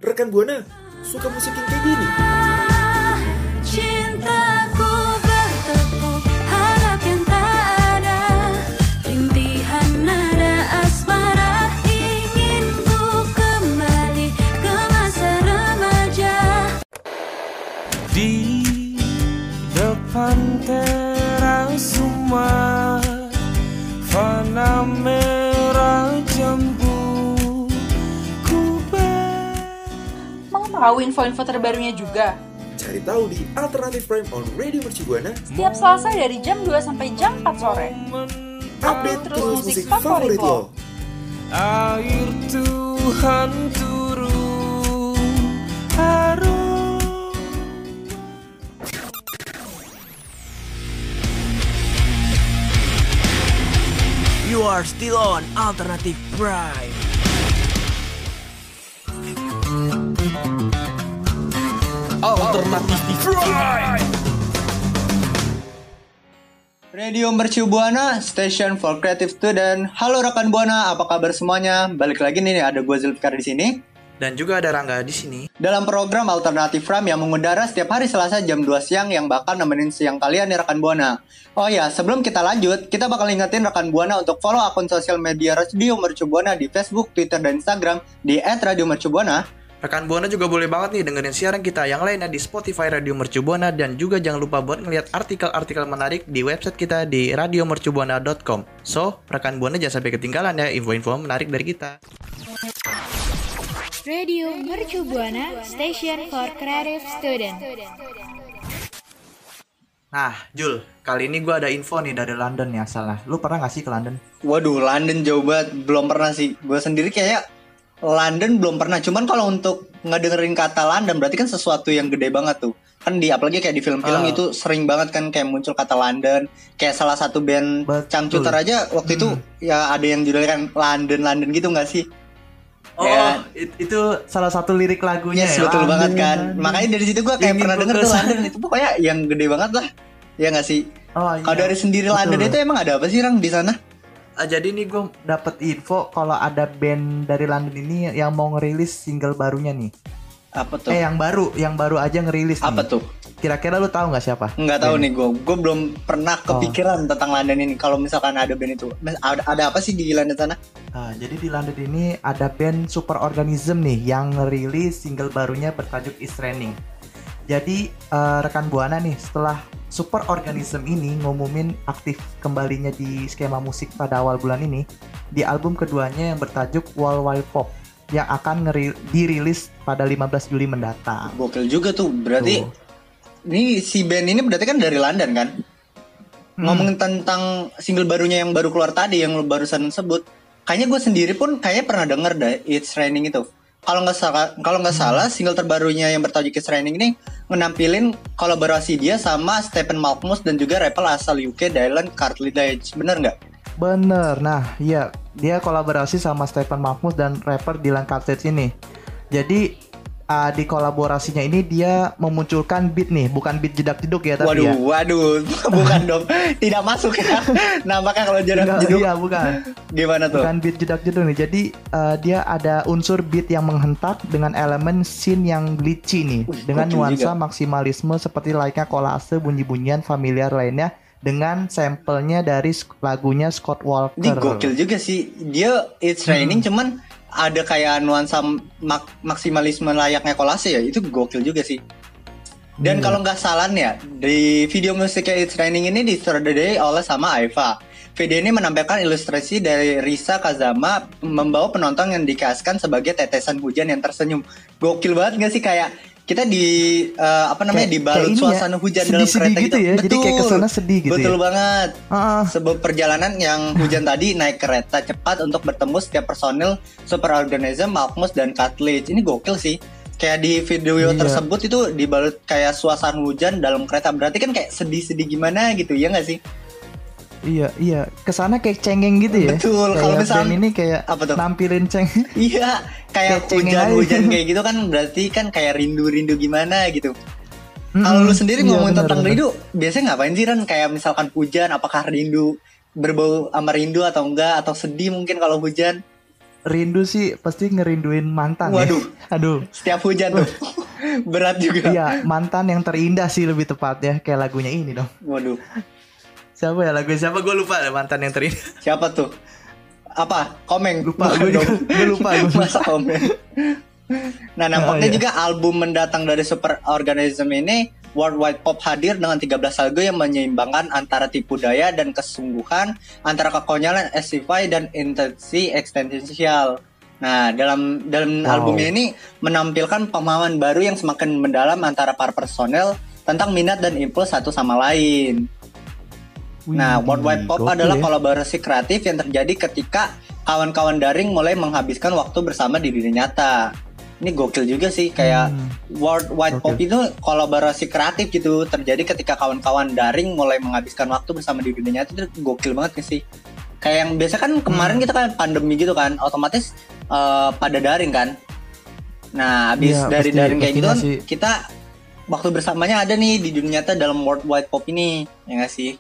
Rekan Buana suka musik yang kayak gini. Cintaku bertepuk harap yang tak ada, rintihan nada asmara, ingin ku kembali ke masa remaja. Di depan teras rumah, fana merah jambu. Mau tahu info-info terbarunya juga? Cari tahu di Alternative Prime on Radio Mercu Buana Setiap Selasa dari jam 2 sampai jam 4 sore. Update terus musik favorit lo. Air Tuhan turun harum. You are still on Alternative Prime. Alternative Prime. Radio Mercu Buana, Station for Creative Student. Halo rekan Buana, apa kabar semuanya? Balik lagi nih, ada gue Zulfikar di sini. Dan juga ada Rangga di sini. Dalam program Alternative Prime yang mengudara setiap hari Selasa jam 2 siang yang bakal nemenin siang kalian nih rekan Buana. Oh ya, sebelum kita lanjut, kita bakal ingetin rekan Buana untuk follow akun sosial media Radio Mercu Buana di Facebook, Twitter, dan Instagram di @radiomercubuana. Rekan Buana juga boleh banget nih dengerin siaran kita yang lainnya di Spotify Radio Mercu Buana, dan juga jangan lupa buat ngeliat artikel-artikel menarik di website kita di radiomercubuana.com. So, rekan Buana jangan sampai ketinggalan ya info-info menarik dari kita. Radio Mercu Buana, Station for Creative Student. Nah, Jul, kali ini gue ada info nih dari London ya, salah. Lu pernah gak sih ke London? Waduh, London jauh banget, belum pernah sih. Gue sendiri kayak London belum pernah, cuman kalau untuk ngedengerin kata London berarti kan sesuatu yang gede banget tuh. Kan apalagi kayak di film-film itu sering banget kan kayak muncul kata London. Kayak salah satu band Cangcuter aja waktu itu ya ada yang judulnya kan London gitu gak sih? Oh, ya. Itu salah satu lirik lagunya yes, ya. Betul London, banget kan. Makanya dari situ gue kayak pernah denger tuh London. Itu pokoknya yang gede banget lah. Ya gak sih? Oh, iya. Kalau dari sendiri betul. London itu emang ada apa sih Rang di sana? Jadi nih gue dapet info kalau ada band dari London ini yang mau ngerilis single barunya nih. Apa tuh? Yang baru aja ngerilis. Apa nih. tuh? Kira-kira lu tahu nggak siapa? Nggak tahu nih gue belum pernah kepikiran tentang London ini. Kalau misalkan ada band itu, ada apa sih di London sana? Jadi di London ini ada band Super Organism nih yang ngerilis single barunya bertajuk It's Raining. Jadi rekan Buana nih setelah Super Organism ini ngumumin aktif kembalinya di skema musik pada awal bulan ini di album keduanya yang bertajuk Worldwide Pop yang akan dirilis pada 15 Juli mendatang. Gokil juga tuh, berarti ini si band ini berarti kan dari London kan? Ngomongin tentang single barunya yang baru keluar tadi yang lu barusan sebut, kayaknya gue sendiri pun kayaknya pernah denger deh It's Raining itu. Kalau nggak salah single terbarunya yang bertajuk It's Raining ini menampilin kolaborasi dia sama Stephen Malkmus dan juga rapper asal UK Dylan Cartledge, bener nggak? Bener, nah iya dia kolaborasi sama Stephen Malkmus dan rapper Dylan Cartledge ini. Jadi di kolaborasinya ini dia memunculkan beat nih, bukan beat jedak-jeduk ya tapi Waduh, bukan dong, tidak masuk ya. Nampaknya kalau jedak-jeduk. Iya bukan. Gimana tuh? Bukan beat jedak-jeduk nih. Jadi dia ada unsur beat yang menghentak dengan elemen synth yang glitchy nih, dengan nuansa maksimalisme seperti layaknya kolase bunyi-bunyian familiar lainnya dengan sampelnya dari lagunya Scott Walker. Ini gokil juga sih. Dia It's Raining cuman ada kayak nuansa maksimalisme layaknya kolase ya. Itu gokil juga sih. Dan kalau nggak salah ya, di video musiknya It's Raining ini disutradarai oleh sama Aiva. Video ini menampilkan ilustrasi dari Risa Kazama membawa penonton yang dikasihkan sebagai tetesan hujan yang tersenyum. Gokil banget nggak sih, kayak kita dibalut suasana hujan dalam kereta gitu ya. Betul. Jadi kayak kesana sedih gitu. Betul ya? banget. Sebuah perjalanan yang hujan tadi naik kereta cepat untuk bertemu setiap personil Super Organism, Malkmus dan Cartledge. Ini gokil sih. Kayak di video tersebut itu dibalut kayak suasana hujan dalam kereta. Berarti kan kayak sedih-sedih gimana gitu ya nggak sih? Iya, kesana kayak cengeng gitu ya. Betul, kalau misalnya ini kayak nampilin cengeng. Iya, kayak hujan-hujan kayak gitu kan berarti kan kayak rindu-rindu gimana gitu. Kalau lu sendiri ngomongin tentang rindu, biasanya ngapain sih Ran? Kayak misalkan hujan, apakah rindu berbau sama rindu atau enggak, atau sedih mungkin kalau hujan? rindu sih pasti ngerinduin mantan. Waduh. Ya. Aduh. Setiap hujan tuh. Berat juga. Iya, mantan yang terindah sih lebih tepatnya, kayak lagunya ini dong. Waduh. Siapa ya lagu siapa? Gue lupa deh mantan yang terindah. Siapa tuh? Apa? Komeng. Lupa gue lupa. Masa Komeng. Nah, nampaknya juga album mendatang dari Super Organism ini Worldwide Pop hadir dengan 13 lagu yang menyeimbangkan antara tipu daya dan kesungguhan, antara kekonyolan sci-fi dan intensi eksistensial. Nah, dalam albumnya ini menampilkan pemahaman baru yang semakin mendalam antara para personel tentang minat dan impuls satu sama lain. Nah, Worldwide Pop adalah kolaborasi kreatif yang terjadi ketika kawan-kawan daring mulai menghabiskan waktu bersama di dunia nyata. Ini gokil juga sih, kayak Worldwide Pop itu kolaborasi kreatif gitu terjadi ketika kawan-kawan daring mulai menghabiskan waktu bersama di dunia nyata. Itu gokil banget sih. Kayak yang biasa kan kemarin kita kan pandemi gitu kan, otomatis pada daring kan. Nah, habis dari daring kayak gitu kan kita waktu bersamanya ada nih di dunia nyata dalam Worldwide Pop ini, ya nggak sih?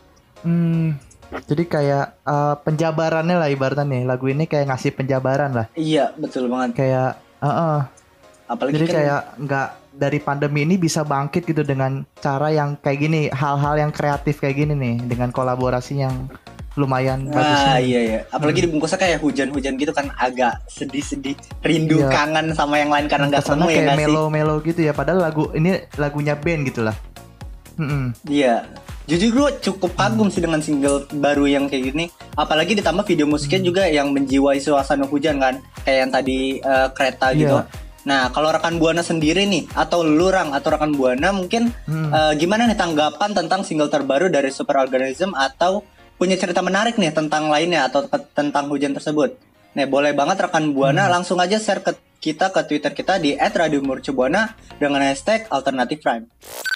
Jadi kayak penjabarannya lah ibaratnya nih, lagu ini kayak ngasih penjabaran lah. Iya, betul banget. Kayak apalagi jadi kan, kayak nggak dari pandemi ini bisa bangkit gitu dengan cara yang kayak gini, hal-hal yang kreatif kayak gini nih, dengan kolaborasi yang lumayan bagus. Iya. Apalagi dibungkusnya kayak hujan-hujan gitu kan, agak sedih-sedih, rindu, kangen sama yang lain karena nggak ketemu ya kayak nggak sih? melo-melo gitu ya, padahal lagunya band gitu lah. Iya. Jujur gue cukup kagum sih dengan single baru yang kayak gini. Apalagi ditambah video musiknya juga yang menjiwai suasana hujan kan, kayak yang tadi kereta gitu. Nah, kalau rekan Buana sendiri nih, atau lu Rang, atau rekan Buana mungkin gimana nih tanggapan tentang single terbaru dari Super Organism, atau punya cerita menarik nih tentang lainnya atau tentang hujan tersebut? Nah, boleh banget rekan Buana langsung aja share ke kita ke Twitter kita di @radiomercubuana dengan hashtag Alternative Prime.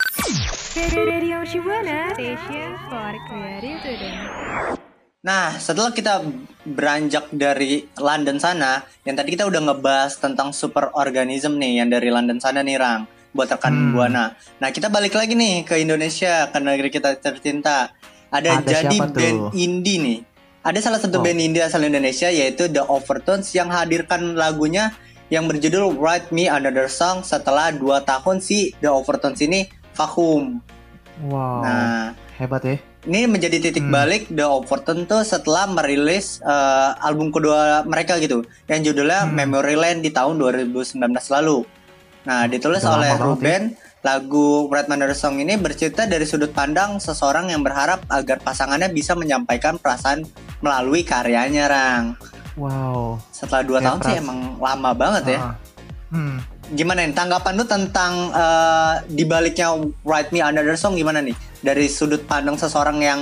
Radio Mercubuana, station for creative today. Nah, setelah kita beranjak dari London sana, yang tadi kita udah ngebahas tentang Super Organism nih, yang dari London sana nih Rang, buat rekan Buana. Nah, kita balik lagi nih ke Indonesia, ke negeri kita tercinta. Ada jadi band indie nih. Ada salah satu band indie asal Indonesia, yaitu The Overtones, yang hadirkan lagunya yang berjudul Write Me Another Song setelah 2 tahun si The Overtones ini vakum. Wow, nah, hebat ya. Ini menjadi titik balik The Overtones tuh setelah merilis album kedua mereka gitu, yang judulnya Memoryland di tahun 2019 lalu. Nah, ditulis oleh Ruben. Lagu Write Me Another Song ini bercerita dari sudut pandang seseorang yang berharap agar pasangannya bisa menyampaikan perasaan melalui karyanya, Rang. Wow. Setelah 2 tahun sih emang lama banget ya. Gimana nih tanggapan lu tentang dibaliknya Write Me Another Song, gimana nih dari sudut pandang seseorang yang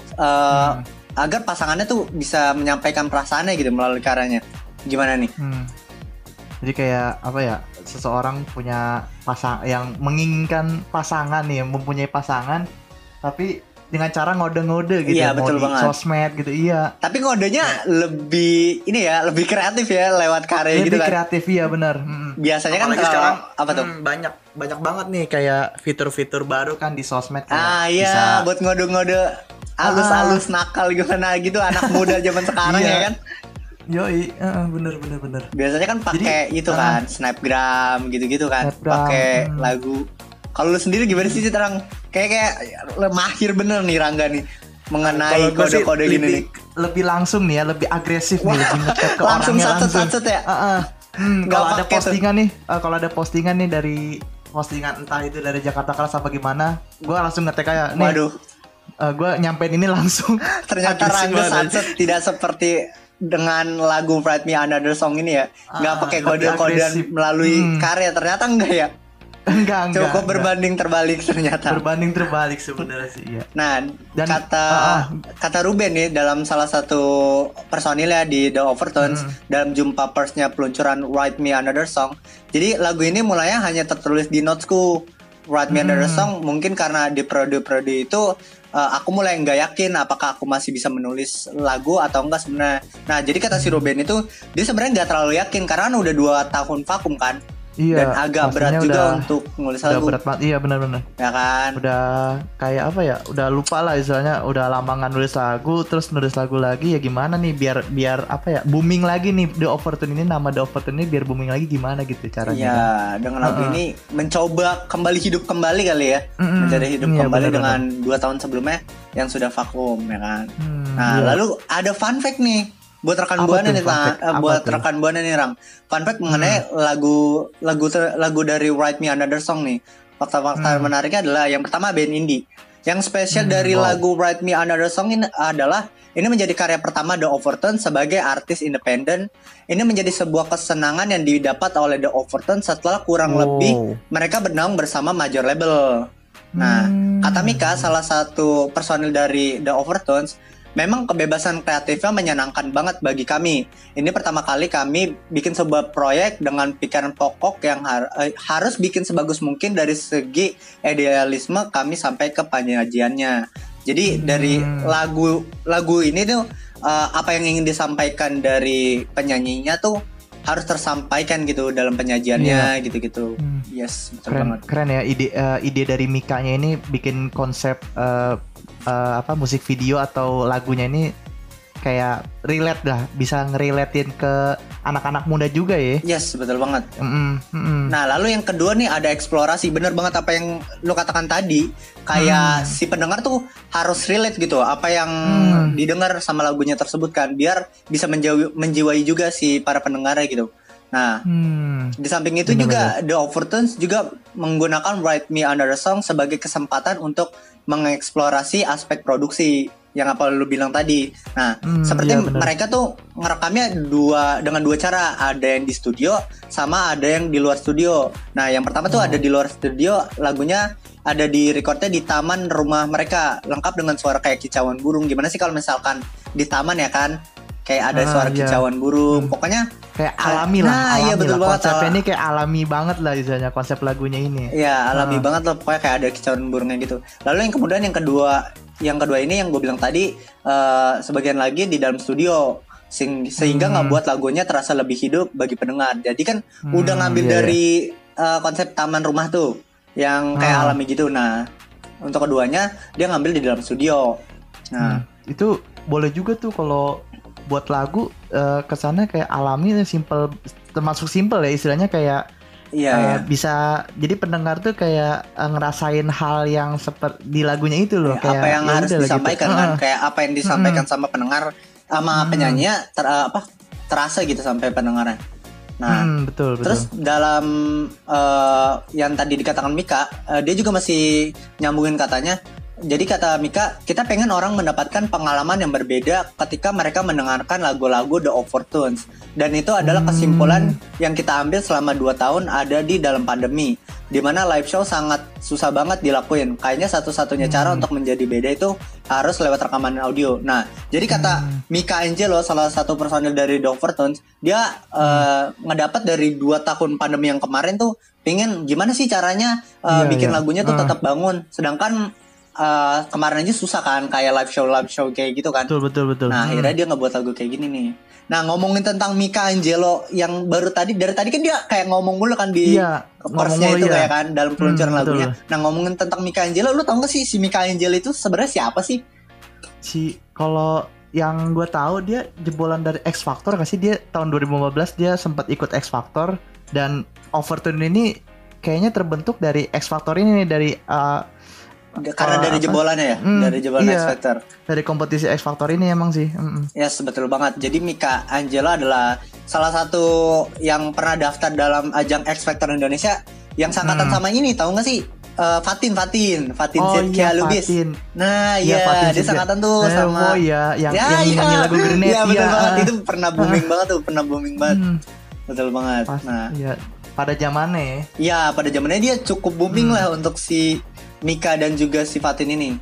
agar pasangannya tuh bisa menyampaikan perasaannya gitu melalui karyanya, gimana nih? Jadi kayak apa ya, seseorang punya yang menginginkan pasangan nih, mempunyai pasangan, tapi dengan cara ngode-ngode gitu, iya, betul di banget. Sosmed gitu, iya. Tapi ngodenya lebih ini ya, lebih kreatif ya lewat karya lebih gitu kan. Lebih kreatif ya, benar. Biasanya apalagi kan sekarang apa tuh? Banyak banget nih kayak fitur-fitur baru kan di sosmed. Iya, bisa buat ngode-ngode halus-halus nakal gimana gitu anak muda zaman sekarang ya kan. Yoi, bener. Biasanya kan pakai itu kan, Snapgram gitu-gitu kan, pakai lagu. Kalau lu sendiri gimana sih terang? Kayak mahir bener nih Rangga nih mengenai kode-kode gini nih. Lebih langsung nih ya, lebih agresif nih, lebih ngecat ke langsung orangnya satu-satu ya. Kalau ada postingan nih, postingan nih dari postingan entah itu dari Jakarta Kelas apa gimana, gue langsung ngetek kayak nih. Waduh. Gue nyampein ini langsung. Ternyata Rangga Satset tidak seperti dengan lagu Write Me Another Song ini ya, nggak pakai kode-kode melalui karya, ternyata enggak ya. Enggak. Cukup berbanding terbalik ternyata. Berbanding terbalik sebenarnya sih ya. Nah, dan kata Ruben nih dalam salah satu personilnya di The Overtones dalam jumpa persnya peluncuran Write Me Another Song. Jadi lagu ini mulanya hanya tertulis di notesku Write Me Another Song, mungkin karena di periode itu aku mulai nggak yakin apakah aku masih bisa menulis lagu atau enggak sebenarnya. Nah, jadi kata si Ruben itu dia sebenarnya nggak terlalu yakin karena kan udah 2 tahun vakum kan. Iya, dan agak berat pastinya juga udah- untuk nulis Udah lagu, berat banget, iya benar-benar. ya kan? Udah kayak apa ya? Udah lupa lah istilahnya. Udah lama nggak nulis lagu, terus nulis lagu lagi ya gimana nih biar apa ya? Booming lagi nih The Overtune ini, nama The Overtune ini biar booming lagi gimana gitu caranya. Iya, kan? dengan lagu ini mencoba kembali hidup kembali kali ya, menjadi hidup Iya, kembali benar-benar. dengan 2 tahun sebelumnya yang sudah vakum, ya kan? Iya. Nah, lalu ada fun fact nih buat rekan Apa Buana tuh nih, fun fact? Apa buat tuh? rekan Buana nih, Rang. Fun fact mengenai lagu dari Write Me Another Song nih. Fakta-fakta menariknya adalah yang pertama band indie. Yang spesial dari wow. lagu Write Me Another Song ini adalah ini menjadi karya pertama The Overtone sebagai artis independen. Ini menjadi sebuah kesenangan yang didapat oleh The Overtone setelah kurang Wow. lebih mereka bernaung bersama major label. Nah, kata Mika, salah satu personil dari The Overtones, memang kebebasan kreatifnya menyenangkan banget bagi kami. Ini pertama kali kami bikin sebuah proyek dengan pikiran pokok yang harus bikin sebagus mungkin dari segi idealisme kami sampai ke penyajiannya. Jadi dari lagu ini tuh apa yang ingin disampaikan dari penyanyinya tuh harus tersampaikan gitu dalam penyajiannya gitu-gitu. Yes, betul banget. Keren ya ide dari Mikanya ini bikin konsep musik video atau lagunya ini kayak relate dah, bisa ngerelatein ke anak-anak muda juga ya. Yes, betul banget. Nah, lalu yang kedua nih ada eksplorasi. Bener banget apa yang lu katakan tadi. Kayak si pendengar tuh harus relate gitu. Apa yang didengar sama lagunya tersebut kan, biar bisa menjiwai juga si para pendengarnya gitu. Nah, di samping itu juga The Overtones juga menggunakan Write Me Another Song sebagai kesempatan untuk mengeksplorasi aspek produksi yang apa lu bilang tadi. Nah, seperti mereka tuh ngerekamnya dengan dua cara, ada yang di studio sama ada yang di luar studio. Nah, yang pertama tuh ada di luar studio, lagunya ada di recordnya di taman rumah mereka, lengkap dengan suara kayak kicauan burung. Gimana sih kalau misalkan di taman ya kan, kayak ada suara kicauan burung, pokoknya kayak alami lah. Nah, alami iya betul lah. banget. Konsepnya ini kayak alami banget lah istilahnya konsep lagunya ini. Iya, alami banget loh, pokoknya kayak ada kicauan burungnya gitu. Lalu yang kemudian yang kedua ini yang gue bilang tadi, sebagian lagi di dalam studio sehingga nggak buat lagunya terasa lebih hidup bagi pendengar. Jadi kan udah ngambil dari konsep taman rumah tuh yang kayak alami gitu. Nah, untuk keduanya dia ngambil di dalam studio. Nah, itu boleh juga tuh kalau buat lagu kesannya kayak alami, simple, termasuk simple ya istilahnya, kayak bisa jadi pendengar tuh kayak ngerasain hal yang seperti di lagunya itu loh, kayak apa yang harus disampaikan gitu. kan, kayak apa yang disampaikan sama pendengar sama penyanyinya terasa gitu sampai pendengarnya. Nah, betul. Terus dalam yang tadi dikatakan Mika, dia juga masih nyambungin katanya. Jadi kata Mika, kita pengen orang mendapatkan pengalaman yang berbeda ketika mereka mendengarkan lagu-lagu The Overtones. Dan itu adalah kesimpulan yang kita ambil selama 2 tahun ada di dalam pandemi, dimana live show sangat susah banget dilakuin. Kayaknya satu-satunya cara untuk menjadi beda itu harus lewat rekaman audio. Nah, jadi kata Mika Angelo, salah satu personil dari The Overtones, dia ngedapat dari 2 tahun pandemi yang kemarin tuh pengen gimana sih caranya bikin lagunya tuh tetap bangun. Sedangkan kemarin aja susah kan, kayak live show kayak gitu kan. Betul. Nah, akhirnya dia ngebuat lagu kayak gini nih. Nah, ngomongin tentang Mika Angelo yang baru tadi, dari tadi kan dia kayak ngomong mulu kan di chorus-nya itu kayak kan dalam peluncuran lagunya. Nah, ngomongin tentang Mika Angelo, lu tau gak sih si Mika Angelo itu sebenarnya siapa sih? Kalau yang gue tahu dia jebolan dari X Factor, kasih dia tahun 2015 dia sempat ikut X Factor, dan Overtone ini kayaknya terbentuk dari X Factor ini nih, dari karena dari jebolannya ya, dari jebolan X Factor. Dari kompetisi X Factor ini emang sih. Yes, betul banget. Jadi Mika Angelo adalah salah satu yang pernah daftar dalam ajang X Factor Indonesia yang sangkatan sama ini, tahu nggak sih? Fatin Zedkia Lubis. Nah, iya, dia sangkatan tuh sama. Oh iya, yang nyanyi lagu Grenade. Iya, betul banget. Itu pernah booming banget tuh, Betul banget. Nah, iya, pada zamannya. Iya, pada zamannya dia cukup booming lah untuk si Mika dan juga si Fatin ini.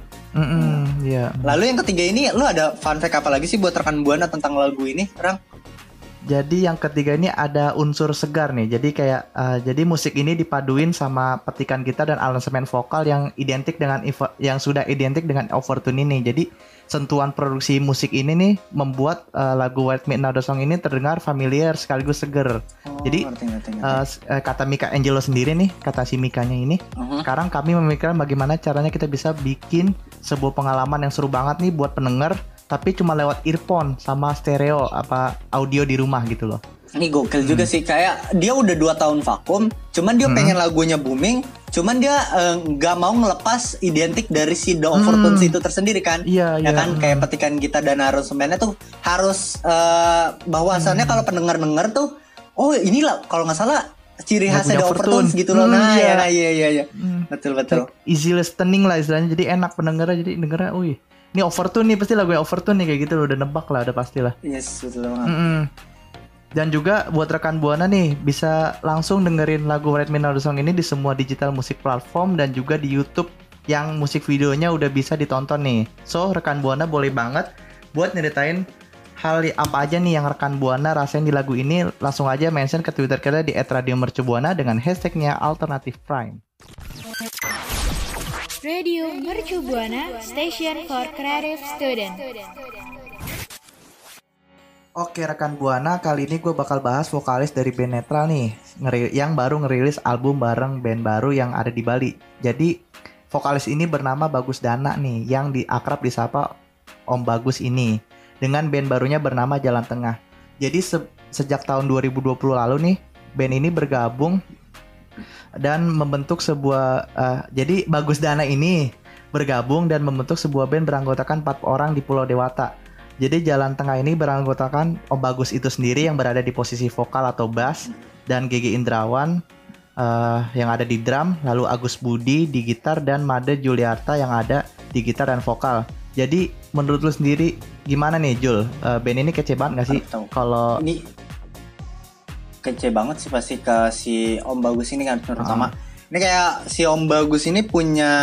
Iya. Lalu yang ketiga ini, lu ada fun fact apa lagi sih buat rekan Buana tentang lagu ini, Rang? Jadi yang ketiga ini ada unsur segar nih. Jadi kayak jadi musik ini dipaduin sama petikan gitar dan aransemen vokal yang sudah identik dengan Overtune ini. Jadi sentuhan produksi musik ini nih membuat lagu White Midnight Song ini terdengar familiar sekaligus seger. Jadi ngerti. Kata Mika Angelo sendiri nih, kata si Mikanya ini, sekarang kami memikirkan bagaimana caranya kita bisa bikin sebuah pengalaman yang seru banget nih buat pendengar, tapi cuma lewat earphone sama stereo audio di rumah gitu loh. Ini gokil juga sih, kayak dia udah 2 tahun vakum, cuman dia pengen lagunya booming, cuman dia nggak mau ngelepas identik dari si The Overtones itu tersendiri kan. Iya. Kan kayak petikan gitar dan aransemennya tuh harus bahwasannya kalau pendengar denger tuh, oh inilah kalau nggak salah ciri khasnya The Overtones gitu loh. Iya. Betul. Easy listening lah istilahnya, jadi enak pendengarnya, jadi dengernya, ini Overtune nih, pasti lagu Overtune nih kayak gitu loh, udah nebak lah, udah pastilah. Yes, betul banget. Dan juga buat rekan Buana nih, bisa langsung dengerin lagu White Midnight Song ini di semua digital musik platform dan juga di YouTube yang musik videonya udah bisa ditonton nih. So, rekan Buana boleh banget buat nyeritain hal apa aja nih yang rekan Buana rasain di lagu ini, langsung aja mention ke Twitter kita di @radiomercubuana dengan hashtagnya Alternative Prime. Radio Mercu Buana, Station for Creative Student. Oke rekan Buana, kali ini gue bakal bahas vokalis dari band netral nih, yang baru ngerilis album bareng band baru yang ada di Bali. Jadi vokalis ini bernama Bagus Dana nih, yang akrab disapa Om Bagus ini, dengan band barunya bernama Jalan Tengah. Jadi sejak tahun 2020 lalu nih, band ini bergabung dan membentuk sebuah jadi Bagus Dana ini bergabung dan membentuk sebuah band beranggotakan 4 orang di Pulau Dewata. Jadi Jalan Tengah ini beranggotakan Om Bagus itu sendiri yang berada di posisi vokal atau bass, dan GG Indrawan yang ada di drum, lalu Agus Budi di gitar, dan Made Juliarta yang ada di gitar dan vokal. Jadi menurut lu sendiri gimana nih Jul? Band ini kece banget gak sih? Kalau ini kece banget sih pasti ke si Om Bagus ini kan terutama. Ini kayak si Om Bagus ini punya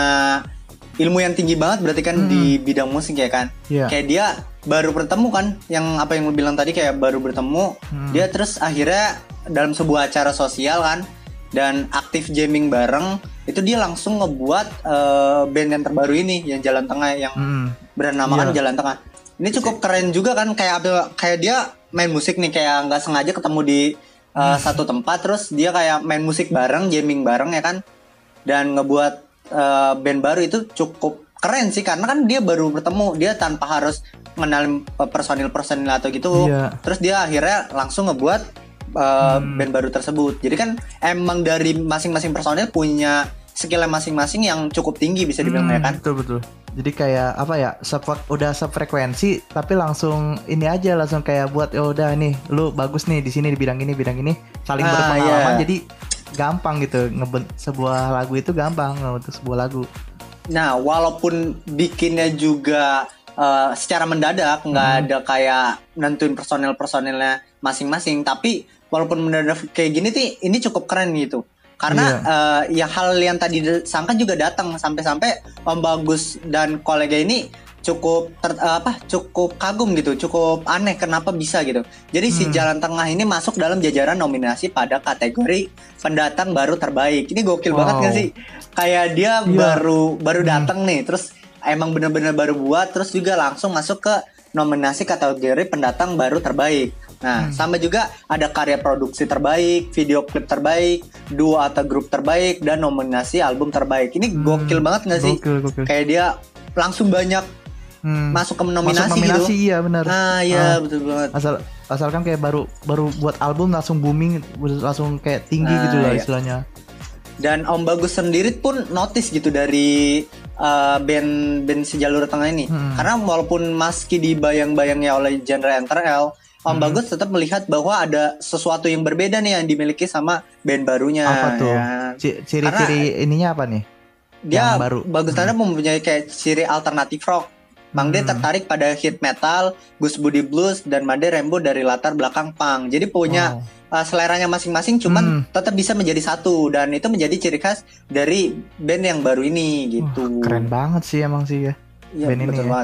ilmu yang tinggi banget berarti kan di bidang musik ya kan. Kayak dia baru bertemu kan, yang apa yang lu bilang tadi, kayak baru bertemu. Dia terus akhirnya dalam sebuah acara sosial kan, dan aktif jamming bareng, itu dia langsung ngebuat band yang terbaru ini yang Jalan Tengah, yang bernamakan Jalan Tengah. Ini cukup keren juga kan, kayak dia main musik nih, kayak nggak sengaja ketemu di satu tempat, terus dia kayak main musik bareng, jamming bareng ya kan, dan ngebuat band baru. Itu cukup keren sih, karena kan dia baru bertemu, dia tanpa harus mengenal personil atau gitu. Terus dia akhirnya langsung ngebuat band baru tersebut. Jadi kan emang dari masing-masing personil punya skillnya masing-masing yang cukup tinggi bisa dibilang ya kan. Betul. Jadi kayak apa ya, udah sefrekuensi tapi langsung ini aja, langsung kayak buat udah nih lu bagus nih di sini di bidang ini saling berpengalaman. Jadi gampang gitu sebuah lagu itu, gampang untuk sebuah lagu. Nah walaupun bikinnya juga secara mendadak, nggak ada kayak nentuin personilnya masing-masing, tapi walaupun mendadak kayak gini tuh ini cukup keren gitu. Karena ya hal yang tadi disangka juga datang, sampai Om Bagus dan kolega ini cukup cukup kagum gitu, cukup aneh kenapa bisa gitu. Jadi si Jalan Tengah ini masuk dalam jajaran nominasi pada kategori pendatang baru terbaik. Ini gokil banget gak sih? Kayak dia baru datang nih, terus emang bener-bener baru buat, terus juga langsung masuk ke nominasi kategori pendatang baru terbaik. Nah, sama juga ada karya produksi terbaik, video klip terbaik, duo atau grup terbaik, dan nominasi album terbaik. Ini gokil banget gak sih? Gokil. Kayak dia langsung banyak masuk ke nominasi gitu. Iya benar. Iya betul banget. Asalkan kayak baru buat album langsung booming, langsung kayak tinggi gitu lah istilahnya. Dan Om Bagus sendiri pun notice gitu dari band sejalur tengah ini. Karena walaupun meski dibayang-bayangnya oleh genre NTRL, Om Bagus tetap melihat bahwa ada sesuatu yang berbeda nih yang dimiliki sama band barunya. Apa tuh? Ya. Ciri-ciri ininya apa nih? Dia Bagus Dana mempunyai kayak ciri alternatif rock. Bang dia tertarik pada hit metal, Gus Budi blues, dan Made Rembo dari latar belakang punk. Jadi punya seleranya masing-masing, cuman tetap bisa menjadi satu, dan itu menjadi ciri khas dari band yang baru ini gitu. Keren banget sih emang sih ya. Iya betul banget.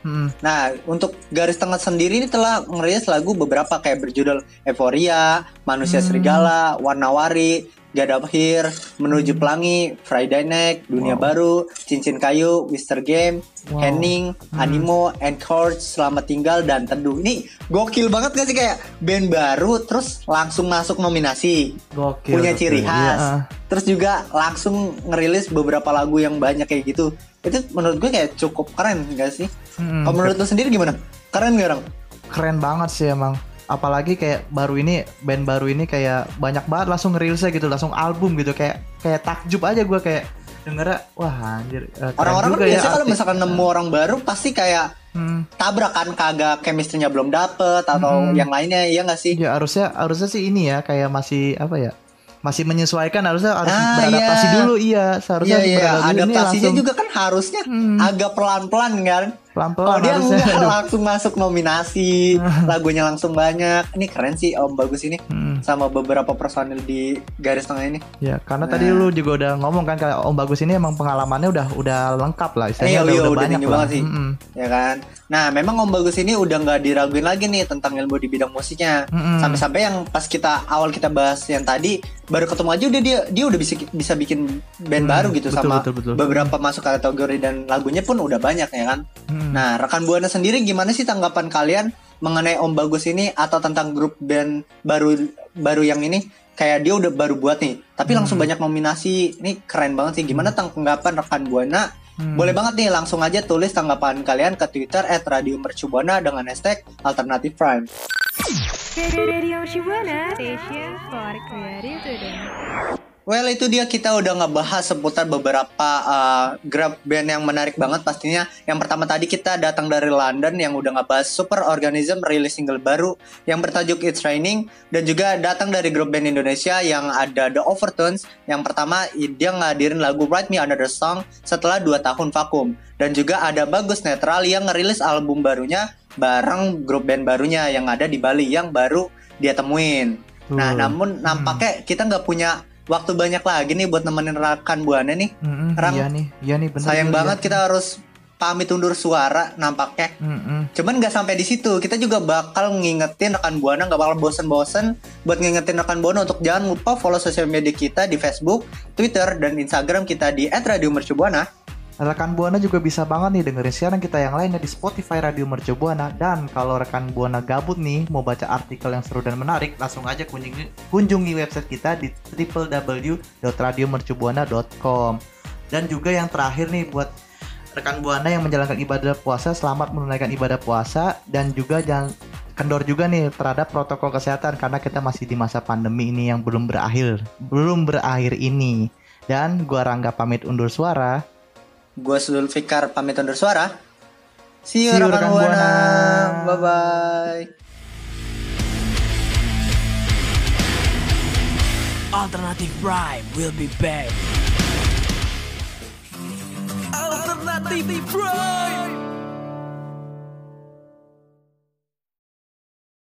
Nah, untuk Garis Tengah sendiri ini telah ngerilis lagu beberapa kayak berjudul Euphoria, Manusia Serigala, Warna-Wari, God of Here, Menuju Pelangi, Friday Night, Dunia Baru, Cincin Kayu, Wister Game, Henning, Animo, Encore, Selamat Tinggal, dan Teduh. Ini gokil banget gak sih, kayak band baru terus langsung masuk nominasi, Gokil, punya ciri gokil. khas, Iya. terus juga langsung ngerilis beberapa lagu yang banyak kayak gitu. Itu menurut gue kayak cukup keren gak sih? Kalau menurut lu sendiri gimana? Keren gak, Rang? Keren banget sih emang. Apalagi kayak band baru ini kayak banyak banget langsung ngerilisnya gitu, langsung album gitu, kayak takjub aja gue kayak dengernya, wah anjir. Orang-orang kan biasa kalau misalkan nemu orang baru pasti kayak tabrak kan, kagak chemistry-nya belum dapet atau yang lainnya, ya nggak sih? Ya harusnya sih ini ya, kayak masih apa ya? Masih menyesuaikan, harus beradaptasi dulu, iya. Seharusnya adaptasinya juga kan harusnya agak pelan-pelan kan. Pelan-pelan dia harusnya. enggak langsung masuk nominasi, lagunya langsung banyak. Ini keren sih Om Bagus ini sama beberapa personil di Garis Tengah ini. Ya, karena tadi lu juga udah ngomong kan kalau Om Bagus ini emang pengalamannya udah lengkap lah, istilahnya udah banyak lah. Banget sih. Ya kan. Nah, memang Om Bagus ini udah nggak diraguin lagi nih tentang ilmu di bidang musiknya. Sampai-sampai yang pas awal kita bahas yang tadi, baru ketemu aja dia udah bisa bikin band baru gitu, betul. Beberapa masuk kategori dan lagunya pun udah banyak ya kan. Nah, rekan Buana sendiri gimana sih tanggapan kalian mengenai Om Bagus ini atau tentang grup band baru yang ini? Kayak dia udah baru buat nih, tapi langsung banyak nominasi. Ini keren banget sih. Gimana tanggapan rekan Buana? Boleh banget nih, langsung aja tulis tanggapan kalian ke Twitter @radiomercubuana dengan hashtag Alternative Prime. Radio Mercubuana, Station for Creative Today. Well, itu dia, kita udah ngebahas seputar beberapa grup band yang menarik banget pastinya. Yang pertama tadi kita datang dari London yang udah ngebahas Super Organism rilis single baru yang bertajuk It's Raining. Dan juga datang dari grup band Indonesia yang ada The Overtones. Yang pertama dia ngadirin lagu Write Me Another Song setelah 2 tahun vakum. Dan juga ada Bagus Netral yang ngerilis album barunya bareng grup band barunya yang ada di Bali yang baru dia temuin. Nah, namun nampaknya kita nggak punya waktu banyak lagi nih buat nemenin rekan Buana nih. Iya nih bener. Sayang banget kita harus pamit undur suara nampaknya. Cuman nggak sampai di situ, kita juga bakal ngingetin rekan Buana, nggak bakal bosen-bosen buat ngingetin rekan Buana untuk jangan lupa follow sosial media kita di Facebook, Twitter, dan Instagram kita di @radiomercubuana. Rekan Buana juga bisa banget nih dengerin siaran kita yang lainnya di Spotify Radio Mercubuana. Dan kalau rekan Buana gabut nih mau baca artikel yang seru dan menarik, langsung aja kunjungi website kita di www.radiomercubuana.com. Dan juga yang terakhir nih buat rekan Buana yang menjalankan ibadah puasa, selamat menunaikan ibadah puasa. Dan juga jangan kendor juga nih terhadap protokol kesehatan karena kita masih di masa pandemi ini yang belum berakhir ini. Dan gua Rangga pamit undur suara. Gue Zulfikar pamit undur suara. See you rekan Buana. Bye-bye. Alternative Prime will be back. Alternative Prime.